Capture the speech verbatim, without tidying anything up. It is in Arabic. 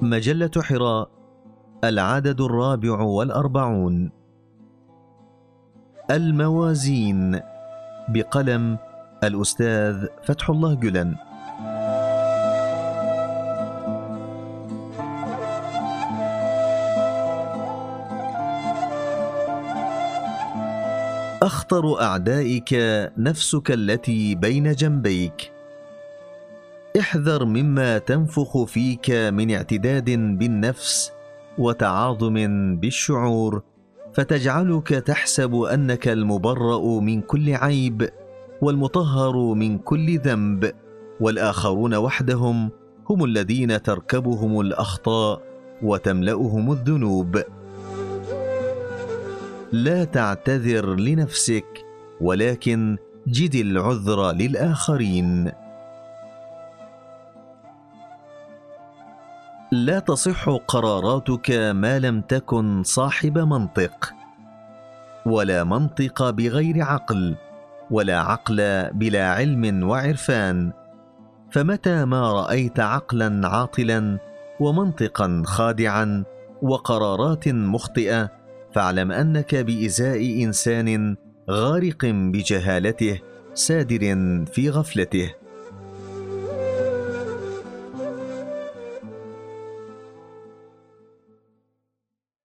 مجلة حراء، العدد الرابع والأربعون. الموازين، بقلم الأستاذ فتح الله جلن. أخطر أعدائك نفسك التي بين جنبيك. احذر مما تنفخ فيك من اعتداد بالنفس وتعاظم بالشعور، فتجعلك تحسب أنك المبرأ من كل عيب والمطهر من كل ذنب، والآخرون وحدهم هم الذين تركبهم الأخطاء وتملأهم الذنوب. لا تعتذر لنفسك، ولكن جد العذر للآخرين. لا تصح قراراتك ما لم تكن صاحب منطق، ولا منطق بغير عقل، ولا عقل بلا علم وعرفان. فمتى ما رأيت عقلا عاطلا ومنطقا خادعا وقرارات مخطئة، فاعلم أنك بإزاء إنسان غارق بجهالته سادر في غفلته.